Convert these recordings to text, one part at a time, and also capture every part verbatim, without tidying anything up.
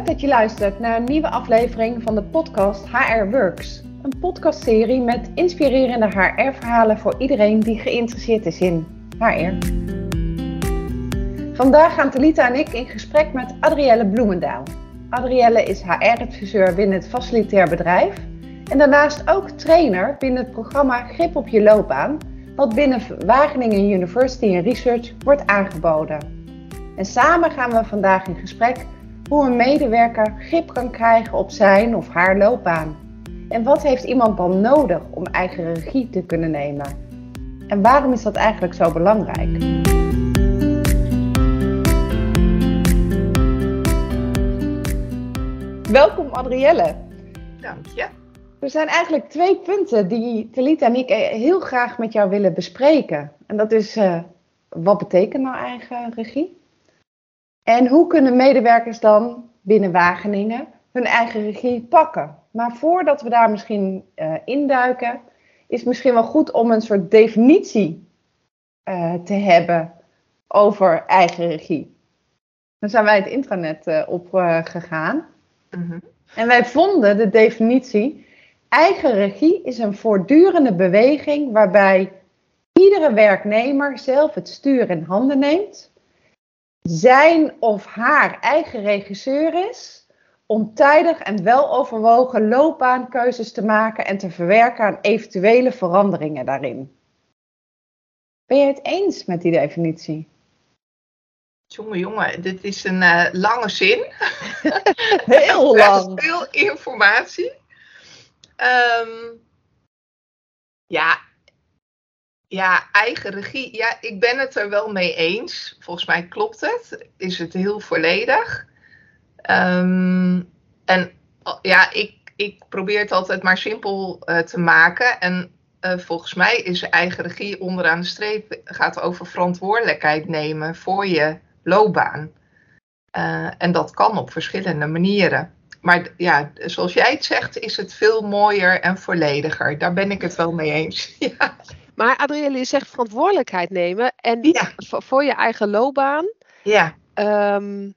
Leuk dat je luistert naar een nieuwe aflevering van de podcast H R Works. Een podcastserie met inspirerende H R-verhalen voor iedereen die geïnteresseerd is in H R. Vandaag gaan Talita en ik in gesprek met Adrielle Bloemendaal. Adrielle is H R-adviseur binnen het facilitair bedrijf en daarnaast ook trainer binnen het programma Grip op je loopbaan, wat binnen Wageningen University Research wordt aangeboden. En samen gaan we vandaag in gesprek hoe een medewerker grip kan krijgen op zijn of haar loopbaan. En wat heeft iemand dan nodig om eigen regie te kunnen nemen? En waarom is dat eigenlijk zo belangrijk? Welkom Adrielle. Dank je. Er zijn eigenlijk twee punten die Talita en ik heel graag met jou willen bespreken. En dat is, uh, wat betekent nou eigen regie? En hoe kunnen medewerkers dan binnen Wageningen hun eigen regie pakken? Maar voordat we daar misschien uh, induiken, is het misschien wel goed om een soort definitie uh, te hebben over eigen regie. Dan zijn wij het intranet uh, op uh, gegaan. Mm-hmm. En wij vonden de definitie: eigen regie is een voortdurende beweging waarbij iedere werknemer zelf het stuur in handen neemt, zijn of haar eigen regisseur is, om tijdig en weloverwogen loopbaankeuzes te maken en te verwerken aan eventuele veranderingen daarin. Ben je het eens met die definitie? Jongen, jongen, dit is een uh, lange zin. Heel lang. Veel informatie. Um, ja, ja, eigen regie. Ja, ik ben het er wel mee eens. Volgens mij klopt het. Is het heel volledig. Um, en ja, ik, ik probeer het altijd maar simpel uh, te maken. En uh, volgens mij is eigen regie onderaan de streep gaat over verantwoordelijkheid nemen voor je loopbaan. Uh, en dat kan op verschillende manieren. Maar ja, zoals jij het zegt, is het veel mooier en vollediger. Daar ben ik het wel mee eens. Ja. Maar Adrielle, je zegt verantwoordelijkheid nemen en ja. voor, voor je eigen loopbaan. Ja. Um,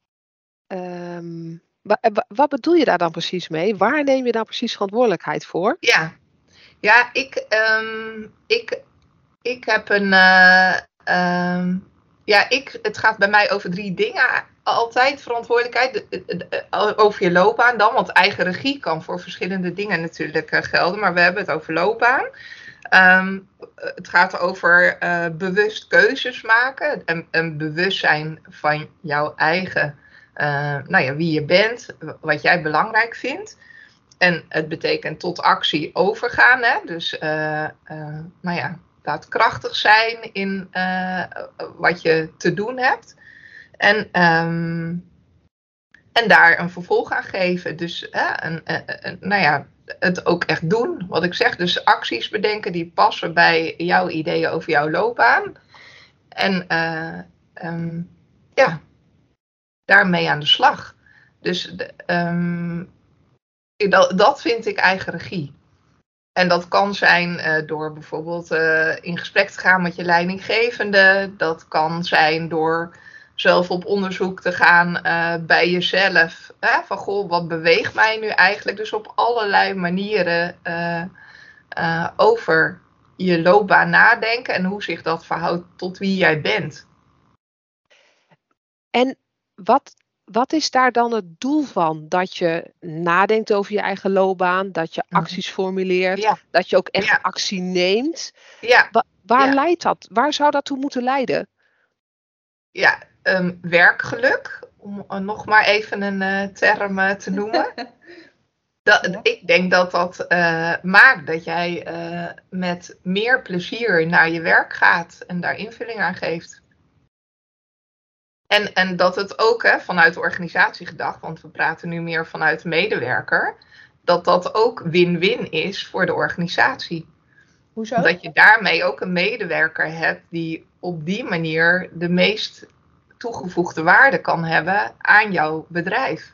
um, wat, wat bedoel je daar dan precies mee? Waar neem je daar precies verantwoordelijkheid voor? Ja, ja ik, um, ik, ik heb een... Uh, um, ja, ik, het gaat bij mij over drie dingen. Altijd verantwoordelijkheid over je loopbaan dan. Want eigen regie kan voor verschillende dingen natuurlijk uh, gelden. Maar we hebben het over loopbaan. Um, het gaat over uh, bewust keuzes maken. En, en bewustzijn van jouw eigen, uh, nou ja, wie je bent. Wat jij belangrijk vindt. En het betekent tot actie overgaan. Hè? Dus, uh, uh, nou ja, daadkrachtig zijn in uh, wat je te doen hebt. En, um, en daar een vervolg aan geven. Dus uh, een, een, een, nou ja, het ook echt doen, wat ik zeg. Dus acties bedenken die passen bij jouw ideeën over jouw loopbaan. En uh, um, ja, daarmee aan de slag. Dus um, dat, dat vind ik eigen regie. En dat kan zijn uh, door bijvoorbeeld uh, in gesprek te gaan met je leidinggevende. Dat kan zijn door zelf op onderzoek te gaan uh, bij jezelf. Hè? Van goh, wat beweegt mij nu eigenlijk? Dus op allerlei manieren uh, uh, over je loopbaan nadenken. En hoe zich dat verhoudt tot wie jij bent. En wat... Wat is daar dan het doel van? Dat je nadenkt over je eigen loopbaan, dat je acties formuleert, ja. dat je ook echt ja. actie neemt. Ja. Wa- waar ja. leidt dat? Waar zou dat toe moeten leiden? Ja, um, werkgeluk, om uh, nog maar even een uh, term uh, te noemen. dat, ja. Ik denk dat dat uh, maakt dat jij uh, met meer plezier naar je werk gaat en daar invulling aan geeft. En, en dat het ook hè, vanuit de organisatie gedacht, want we praten nu meer vanuit de medewerker, dat dat ook win-win is voor de organisatie. Hoezo? Dat je daarmee ook een medewerker hebt die op die manier de meest toegevoegde waarde kan hebben aan jouw bedrijf.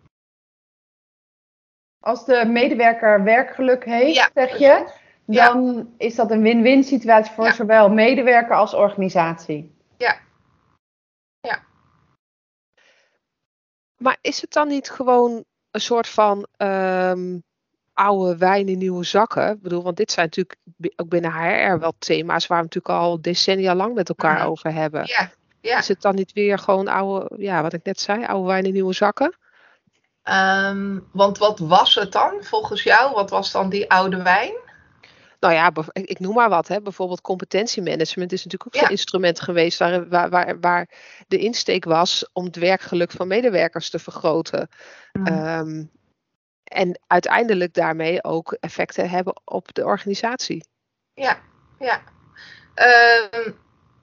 Als de medewerker werkgeluk heeft, ja, zeg je, dan ja. is dat een win-win situatie voor ja. zowel medewerker als organisatie. Ja. Ja. Maar is het dan niet gewoon een soort van um, oude wijn in nieuwe zakken? Ik bedoel, want dit zijn natuurlijk ook binnen H R wel thema's waar we natuurlijk al decennia lang met elkaar mm. over hebben. Ja, ja. Is het dan niet weer gewoon oude, ja, wat ik net zei, oude wijn in nieuwe zakken? Um, want wat was het dan volgens jou? Wat was dan die oude wijn? Nou ja, ik noem maar wat. Hè. Bijvoorbeeld competentiemanagement is natuurlijk ook ja. zo'n instrument geweest waar, waar, waar, waar de insteek was om het werkgeluk van medewerkers te vergroten. Mm. Um, en uiteindelijk daarmee ook effecten hebben op de organisatie. Ja, ja. Um,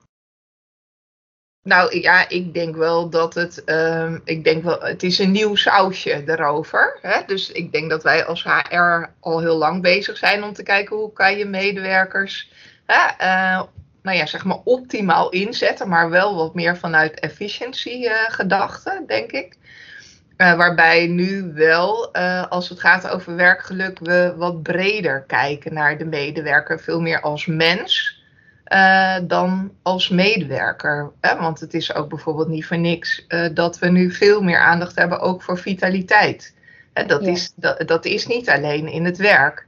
nou ja, ik denk wel dat het, um, ik denk wel, het is een nieuw sausje erover. Hè? Dus ik denk dat wij als H R al heel lang bezig zijn om te kijken hoe kan je medewerkers, hè, uh, nou ja, zeg maar optimaal inzetten, maar wel wat meer vanuit efficiency uh, gedachten, denk ik. Uh, waarbij nu wel, uh, als het gaat over werkgeluk, we wat breder kijken naar de medewerker, veel meer als mens. Uh, dan als medewerker. Hè? Want het is ook bijvoorbeeld niet voor niks uh, dat we nu veel meer aandacht hebben ook voor vitaliteit. Hè, dat, ja. is, dat, dat is niet alleen in het werk.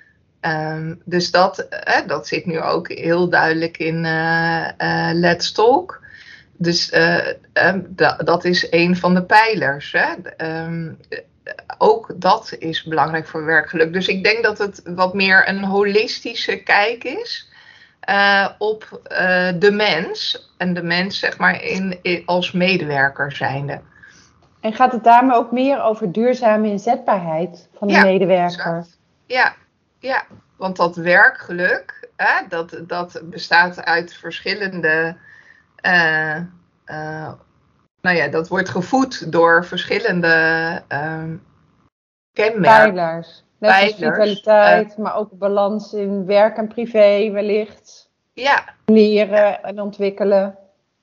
Um, dus dat, uh, dat zit nu ook heel duidelijk in uh, uh, Let's Talk. Dus uh, um, da, dat is een van de pijlers. Hè? Um, ook dat is belangrijk voor werkgeluk. Dus ik denk dat het wat meer een holistische kijk is. Uh, op uh, de mens en de mens zeg maar in, in, als medewerker zijnde. En gaat het daarmee ook meer over duurzame inzetbaarheid van de ja, medewerker? Exact. Ja, ja, want dat werkgeluk, hè, dat, dat bestaat uit verschillende, uh, uh, nou ja, dat wordt gevoed door verschillende uh, kenmerken. Pijlers. Net als vitaliteit, uh, maar ook balans in werk en privé wellicht. Ja. Leren en ontwikkelen.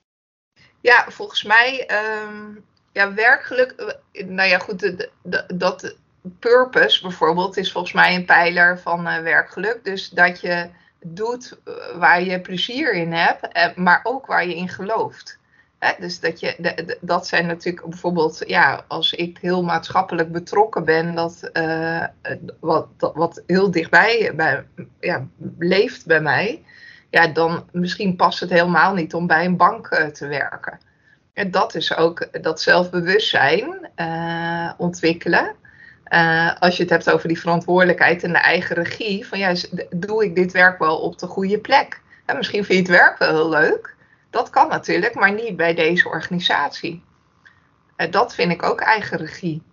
Ja, volgens mij, um, ja, werkgeluk, nou ja goed, de, de, dat purpose bijvoorbeeld is volgens mij een pijler van uh, werkgeluk. Dus dat je doet waar je plezier in hebt, maar ook waar je in gelooft. Hè, dus dat, je, de, de, dat zijn natuurlijk bijvoorbeeld, ja, als ik heel maatschappelijk betrokken ben, dat uh, wat, dat, wat heel dichtbij bij, ja, leeft bij mij, ja, dan misschien past het helemaal niet om bij een bank uh, te werken. En dat is ook dat zelfbewustzijn uh, ontwikkelen. Uh, als je het hebt over die verantwoordelijkheid en de eigen regie, van ja, doe ik dit werk wel op de goede plek? En misschien vind je het werk wel heel leuk. Dat kan natuurlijk, maar niet bij deze organisatie. Uh, dat vind ik ook eigen regie.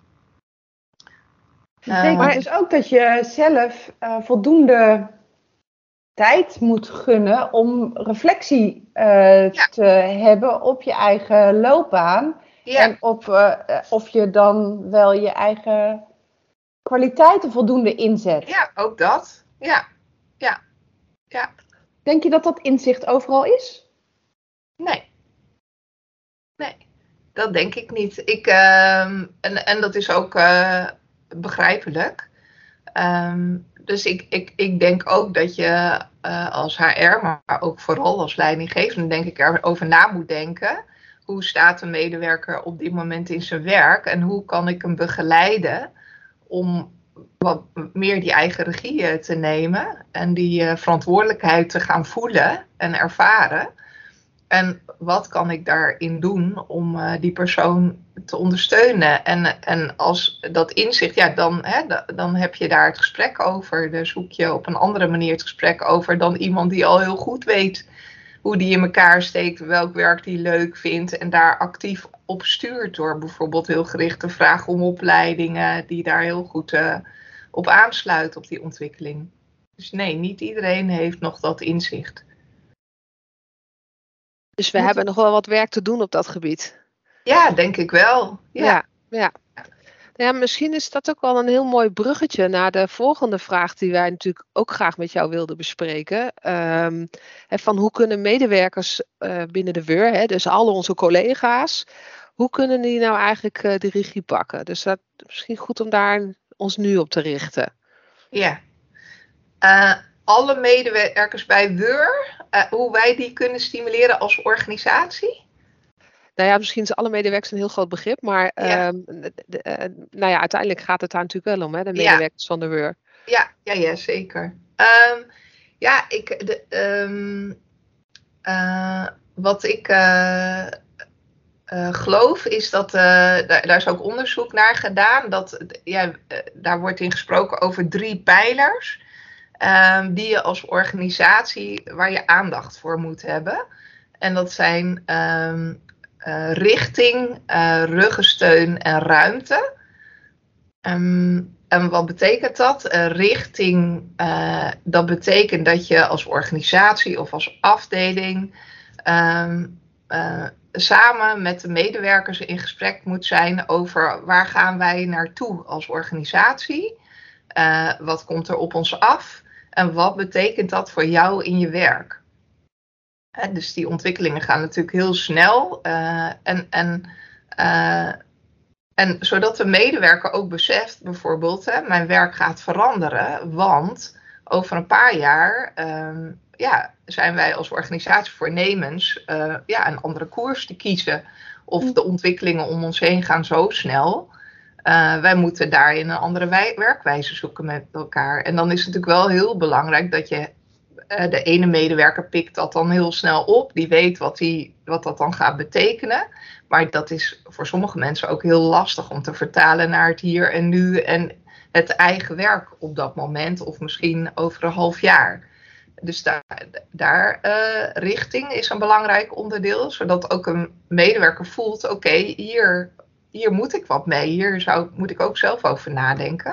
Dat betekent uh, dus ook dat je zelf uh, voldoende tijd moet gunnen om reflectie uh, ja. te hebben op je eigen loopbaan. Ja. En op uh, of je dan wel je eigen kwaliteiten voldoende inzet. Ja, ook dat. Ja, ja, ja. Denk je dat dat inzicht overal is? Nee. Nee, dat denk ik niet. Ik, uh, en, en dat is ook uh, begrijpelijk. Um, dus ik, ik, ik denk ook dat je uh, als H R, maar ook vooral als leidinggevende, denk ik erover na moet denken. Hoe staat een medewerker op dit moment in zijn werk en hoe kan ik hem begeleiden om wat meer die eigen regie te nemen en die uh, verantwoordelijkheid te gaan voelen en ervaren. En wat kan ik daarin doen om uh, die persoon te ondersteunen? En, en als dat inzicht, ja, dan, hè, dan heb je daar het gesprek over. Dan zoek je op een andere manier het gesprek over dan iemand die al heel goed weet hoe die in elkaar steekt, welk werk die leuk vindt. En daar actief op stuurt door bijvoorbeeld heel gericht te vragen om opleidingen die daar heel goed uh, op aansluiten op die ontwikkeling. Dus nee, niet iedereen heeft nog dat inzicht. Dus we Moet... hebben nog wel wat werk te doen op dat gebied. Ja, denk ik wel. Ja. Ja, ja. Ja, misschien is dat ook wel een heel mooi bruggetje naar de volgende vraag die wij natuurlijk ook graag met jou wilden bespreken. Um, van hoe kunnen medewerkers uh, binnen de W U R, hè, dus al onze collega's, hoe kunnen die nou eigenlijk uh, de regie pakken? Dus dat is misschien goed om daar ons nu op te richten. Ja. Uh, alle medewerkers bij W U R, uh, hoe wij die kunnen stimuleren als organisatie? nou ja, misschien is alle medewerkers een heel groot begrip, maar Ja. um, de, de, uh, nou ja, uiteindelijk gaat het daar natuurlijk wel om, hè, de Ja. medewerkers van de W U R. Ja, ja, ja zeker. Um, ja, ik, de, um, uh, wat ik uh, uh, geloof is dat, uh, daar, daar is ook onderzoek naar gedaan, dat ja, uh, daar wordt in gesproken over drie pijlers. Um, die je als organisatie, waar je aandacht voor moet hebben. En dat zijn um, uh, richting, uh, ruggensteun en ruimte. Um, en wat betekent dat? Uh, richting, uh, dat betekent dat je als organisatie of als afdeling um, uh, samen met de medewerkers in gesprek moet zijn over waar gaan wij naartoe als organisatie. Uh, wat komt er op ons af? En wat betekent dat voor jou in je werk? He, dus die ontwikkelingen gaan natuurlijk heel snel. Uh, en, en, uh, en zodat de medewerker ook beseft, bijvoorbeeld, hè, mijn werk gaat veranderen. Want over een paar jaar um, ja, zijn wij als organisatie voornemens uh, ja, een andere koers te kiezen. Of de ontwikkelingen om ons heen gaan zo snel. Uh, wij moeten daarin een andere wij- werkwijze zoeken met elkaar. En dan is het natuurlijk wel heel belangrijk dat je uh, de ene medewerker pikt dat dan heel snel op. Die weet wat, die, wat dat dan gaat betekenen. Maar dat is voor sommige mensen ook heel lastig om te vertalen naar het hier en nu. En het eigen werk op dat moment. Of misschien over een half jaar. Dus daar, daar uh, richting is een belangrijk onderdeel. Zodat ook een medewerker voelt, oké, okay, hier... Hier moet ik wat mee. Hier zou, moet ik ook zelf over nadenken.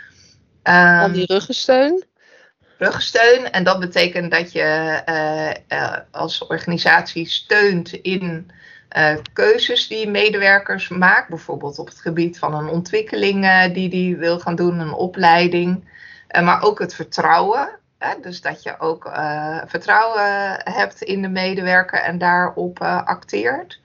Um, Dan die ruggensteun. Ruggensteun. En dat betekent dat je uh, uh, als organisatie steunt in uh, keuzes die medewerkers maken. Bijvoorbeeld op het gebied van een ontwikkeling uh, die die wil gaan doen. Een opleiding. Uh, maar ook het vertrouwen. Hè? Dus dat je ook uh, vertrouwen hebt in de medewerker en daarop uh, acteert.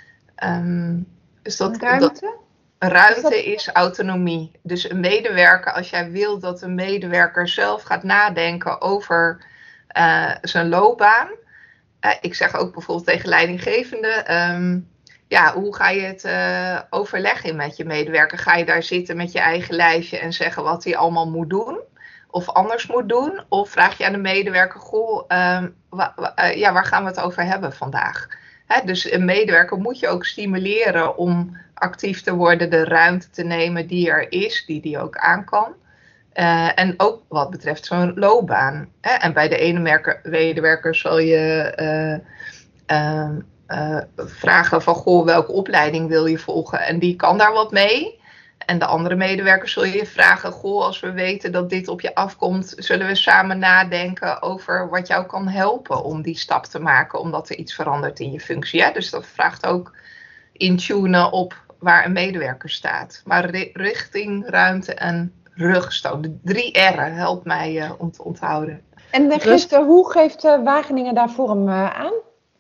Um, Dus dat, ruimte? Dat, ruimte is, dat... is autonomie. Dus een medewerker, als jij wil dat een medewerker zelf gaat nadenken over uh, zijn loopbaan. Uh, ik zeg ook bijvoorbeeld tegen leidinggevenden. Um, ja, hoe ga je het uh, overleggen met je medewerker? Ga je daar zitten met je eigen lijstje en zeggen wat hij allemaal moet doen? Of anders moet doen? Of vraag je aan de medewerker, goh, um, wa, wa, uh, ja, waar gaan we het over hebben vandaag? He, dus een medewerker moet je ook stimuleren om actief te worden, de ruimte te nemen die er is, die die ook aan kan. Uh, en ook wat betreft zo'n loopbaan. He, en bij de ene merker, medewerker zal je uh, uh, uh, vragen van, goh, welke opleiding wil je volgen? En die kan daar wat mee. En de andere medewerker zul je vragen, goh, als we weten dat dit op je afkomt, zullen we samen nadenken over wat jou kan helpen om die stap te maken, omdat er iets verandert in je functie. Ja? Dus dat vraagt ook intunen op waar een medewerker staat. Maar ri- richting, ruimte en ruggensteun. De drie R'en helpt mij uh, om te onthouden. En uh, Christel, hoe geeft uh, Wageningen daar vorm uh, aan?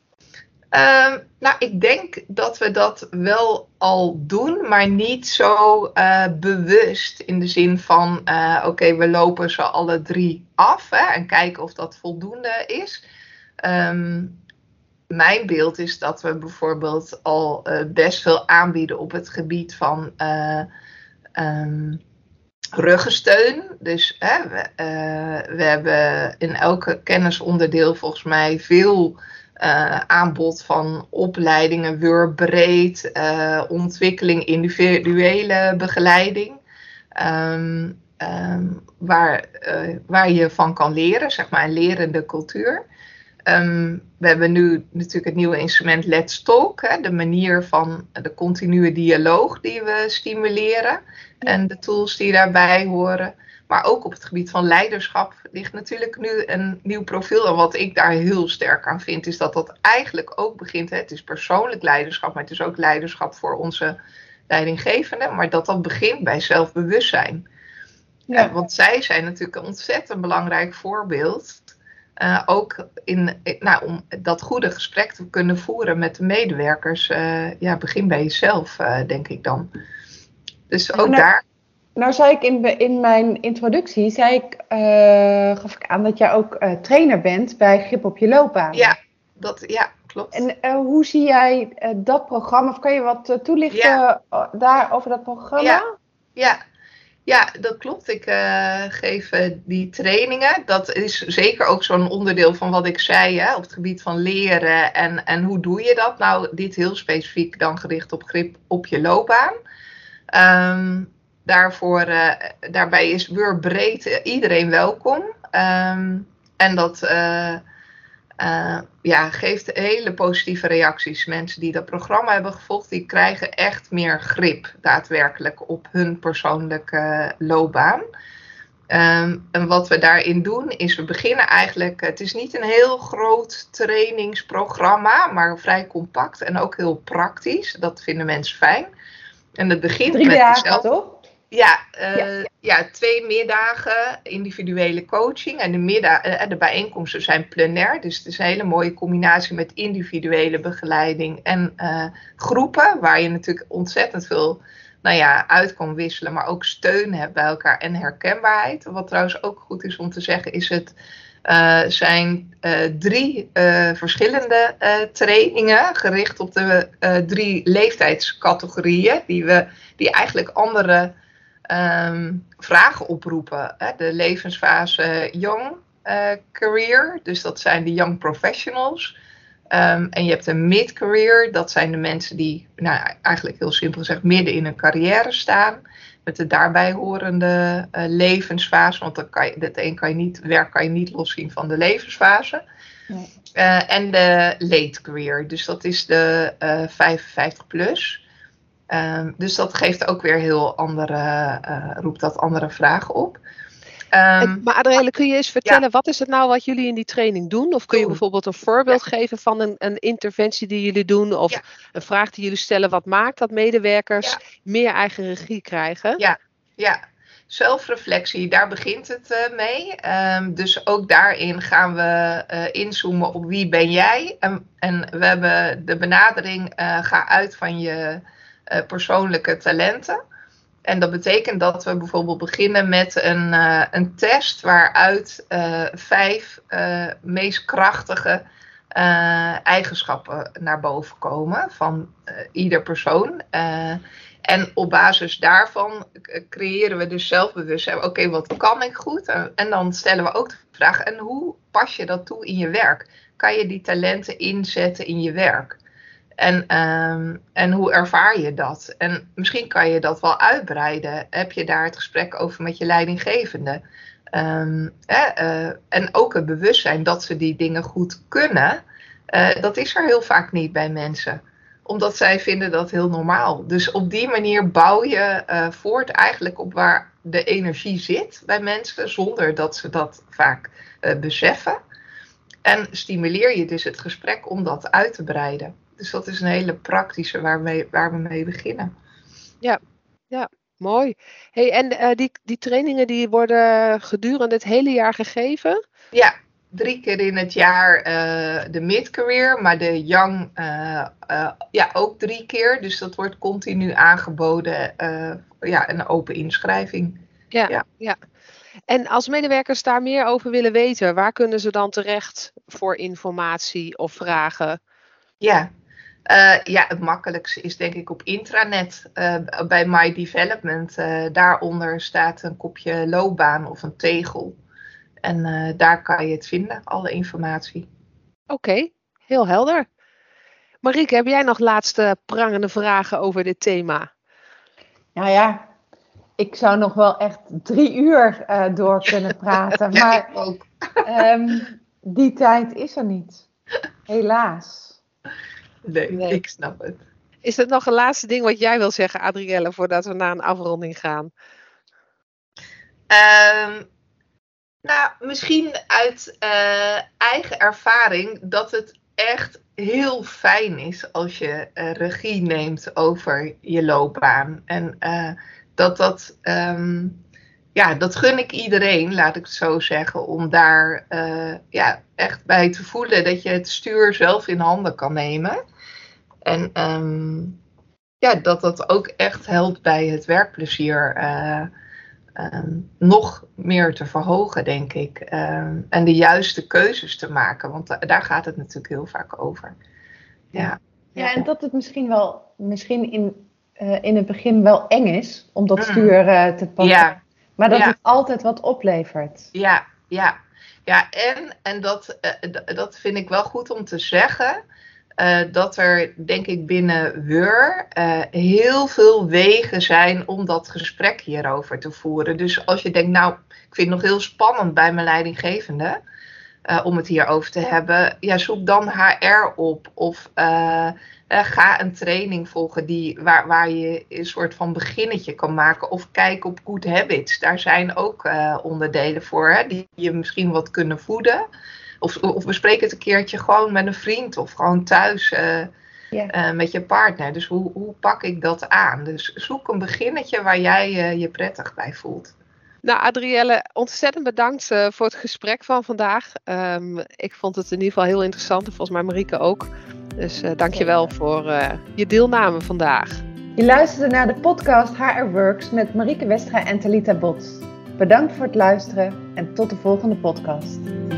Uh, nou, ik denk dat we dat wel al doen, maar niet zo uh, bewust in de zin van, uh, oké, okay, we lopen ze alle drie af hè, en kijken of dat voldoende is. Um, mijn beeld is dat we bijvoorbeeld al uh, best veel aanbieden op het gebied van uh, um, ruggensteun. Dus hè, we, uh, we hebben in elke kennisonderdeel volgens mij veel Uh, aanbod van opleidingen, W U R breed, uh, ontwikkeling, individuele begeleiding. Um, um, waar, uh, waar je van kan leren, zeg maar een lerende cultuur. Um, we hebben nu natuurlijk het nieuwe instrument Let's Talk, hè, de manier van de continue dialoog die we stimuleren en de tools die daarbij horen. Maar ook op het gebied van leiderschap ligt natuurlijk nu een nieuw profiel. En wat ik daar heel sterk aan vind, is dat dat eigenlijk ook begint. Hè, het is persoonlijk leiderschap, maar het is ook leiderschap voor onze leidinggevenden. Maar dat dat begint bij zelfbewustzijn. Ja. Ja, want zij zijn natuurlijk een ontzettend belangrijk voorbeeld. Uh, ook in, nou, om dat goede gesprek te kunnen voeren met de medewerkers. Uh, ja, begin bij jezelf, uh, denk ik dan. Dus ook nou, daar... Nou zei ik in, in mijn introductie, zei ik, uh, gaf ik aan dat jij ook uh, trainer bent bij Grip op je loopbaan. Ja, dat, ja klopt. En uh, hoe zie jij uh, dat programma? Of kan je wat uh, toelichten ja. uh, daar over dat programma? Ja, ja. ja dat klopt. Ik uh, geef uh, die trainingen. Dat is zeker ook zo'n onderdeel van wat ik zei, hè, op het gebied van leren. En, en hoe doe je dat? Nou, dit heel specifiek dan gericht op grip op je loopbaan. Um, daarvoor, uh, daarbij is weer breed uh, iedereen welkom. Um, en dat uh, uh, ja, geeft hele positieve reacties. Mensen die dat programma hebben gevolgd, die krijgen echt meer grip daadwerkelijk op hun persoonlijke uh, loopbaan. Um, en wat we daarin doen is, we beginnen eigenlijk, het is niet een heel groot trainingsprogramma, maar vrij compact en ook heel praktisch. Dat vinden mensen fijn. En het begint Drie met dagen, jezelf. toch? Ja, uh, ja. ja, twee middagen individuele coaching. En de, middag, uh, de bijeenkomsten zijn plenair. Dus het is een hele mooie combinatie met individuele begeleiding en uh, groepen. Waar je natuurlijk ontzettend veel nou ja, uit kan wisselen. Maar ook steun hebt bij elkaar en herkenbaarheid. Wat trouwens ook goed is om te zeggen is het uh, zijn uh, drie uh, verschillende uh, trainingen. Gericht op de uh, drie leeftijdscategorieën. Die, we, die eigenlijk andere Um, vragen oproepen. Hè? De levensfase young uh, career, dus dat zijn de young professionals. Um, en je hebt een mid-career, dat zijn de mensen die, nou, eigenlijk heel simpel gezegd, midden in een carrière staan. Met de daarbij horende uh, levensfase, want dat kan je, dat een kan je niet, werk kan je niet loszien van de levensfase. Nee. Uh, en de late career, dus dat is de uh, vijfenvijftig plus. Um, dus dat geeft ook weer heel andere, uh, roept dat andere vragen op. Um, en, maar Adrielle, kun je eens vertellen, ja. wat is het nou wat jullie in die training doen? Of kun je bijvoorbeeld een voorbeeld ja. geven van een, een interventie die jullie doen? Of ja. een vraag die jullie stellen, wat maakt dat medewerkers ja. meer eigen regie krijgen? Ja, ja. Zelfreflectie, daar begint het uh, mee. Um, dus ook daarin gaan we uh, inzoomen op wie ben jij. Um, en we hebben de benadering, uh, ga uit van je Uh, persoonlijke talenten. En dat betekent dat we bijvoorbeeld beginnen met een, uh, een test waaruit uh, vijf uh, meest krachtige uh, eigenschappen naar boven komen van uh, ieder persoon. Uh, en op basis daarvan creëren we dus zelfbewustzijn. Oké, okay, wat kan ik goed? Uh, en dan stellen we ook de vraag, en hoe pas je dat toe in je werk? Kan je die talenten inzetten in je werk? En, um, en hoe ervaar je dat? En misschien kan je dat wel uitbreiden. Heb je daar het gesprek over met je leidinggevende? Um, eh, uh, en ook het bewustzijn dat ze die dingen goed kunnen. Uh, dat is er heel vaak niet bij mensen. Omdat zij vinden dat heel normaal. Dus op die manier bouw je uh, voort eigenlijk op waar de energie zit bij mensen. Zonder dat ze dat vaak uh, beseffen. En stimuleer je dus het gesprek om dat uit te breiden. Dus dat is een hele praktische waar we, waar we mee beginnen. Ja, ja, mooi. Hey, en uh, die, die trainingen die worden gedurende het hele jaar gegeven? Ja, drie keer in het jaar uh, de mid-career, maar de young uh, uh, ja, ook drie keer. Dus dat wordt continu aangeboden, uh, ja, een open inschrijving. Ja, ja, ja. En als medewerkers daar meer over willen weten, waar kunnen ze dan terecht voor informatie of vragen? Ja. Uh, ja, het makkelijkste is denk ik op intranet uh, bij My Development. Uh, daaronder staat een kopje loopbaan of een tegel. En uh, daar kan je het vinden, alle informatie. Oké, okay, heel helder. Marieke, heb jij nog laatste prangende vragen over dit thema? Nou ja, ik zou nog wel echt drie uur uh, door kunnen praten. Ja, maar ik ook. um, die tijd is er niet. Helaas. Nee, nee, ik snap het. Is er nog een laatste ding wat jij wil zeggen, Adrielle, voordat we naar een afronding gaan? Um, nou, misschien uit uh, eigen ervaring dat het echt heel fijn is als je uh, regie neemt over je loopbaan. En uh, dat dat, um, ja, dat gun ik iedereen, laat ik het zo zeggen, om daar uh, ja, echt bij te voelen dat je het stuur zelf in handen kan nemen. En um, ja, dat dat ook echt helpt bij het werkplezier uh, um, nog meer te verhogen, denk ik. Um, en de juiste keuzes te maken, want da- daar gaat het natuurlijk heel vaak over. Ja. Ja, en dat het misschien wel, misschien in, uh, in het begin wel eng is om dat Mm. stuur uh, te pakken. Ja. Maar dat Ja. het altijd wat oplevert. Ja, ja. Ja, en, en dat, uh, d- dat vind ik wel goed om te zeggen. Uh, dat er, denk ik, binnen W U R uh, heel veel wegen zijn om dat gesprek hierover te voeren. Dus als je denkt, nou, ik vind het nog heel spannend bij mijn leidinggevende uh, om het hierover te hebben. Ja, zoek dan H R op of uh, uh, ga een training volgen die, waar, waar je een soort van beginnetje kan maken. Of kijk op Good Habits. Daar zijn ook uh, onderdelen voor, hè, die je misschien wat kunnen voeden. Of, of bespreek het een keertje gewoon met een vriend of gewoon thuis uh, ja. uh, met je partner. Dus hoe, hoe pak ik dat aan? Dus zoek een beginnetje waar jij uh, je prettig bij voelt. Nou, Adrielle, ontzettend bedankt uh, voor het gesprek van vandaag. Um, ik vond het in ieder geval heel interessant en volgens mij Marieke ook. Dus uh, dank je wel voor uh, je deelname vandaag. Je luisterde naar de podcast H R Works met Marieke Westra en Talita Bot. Bedankt voor het luisteren en tot de volgende podcast.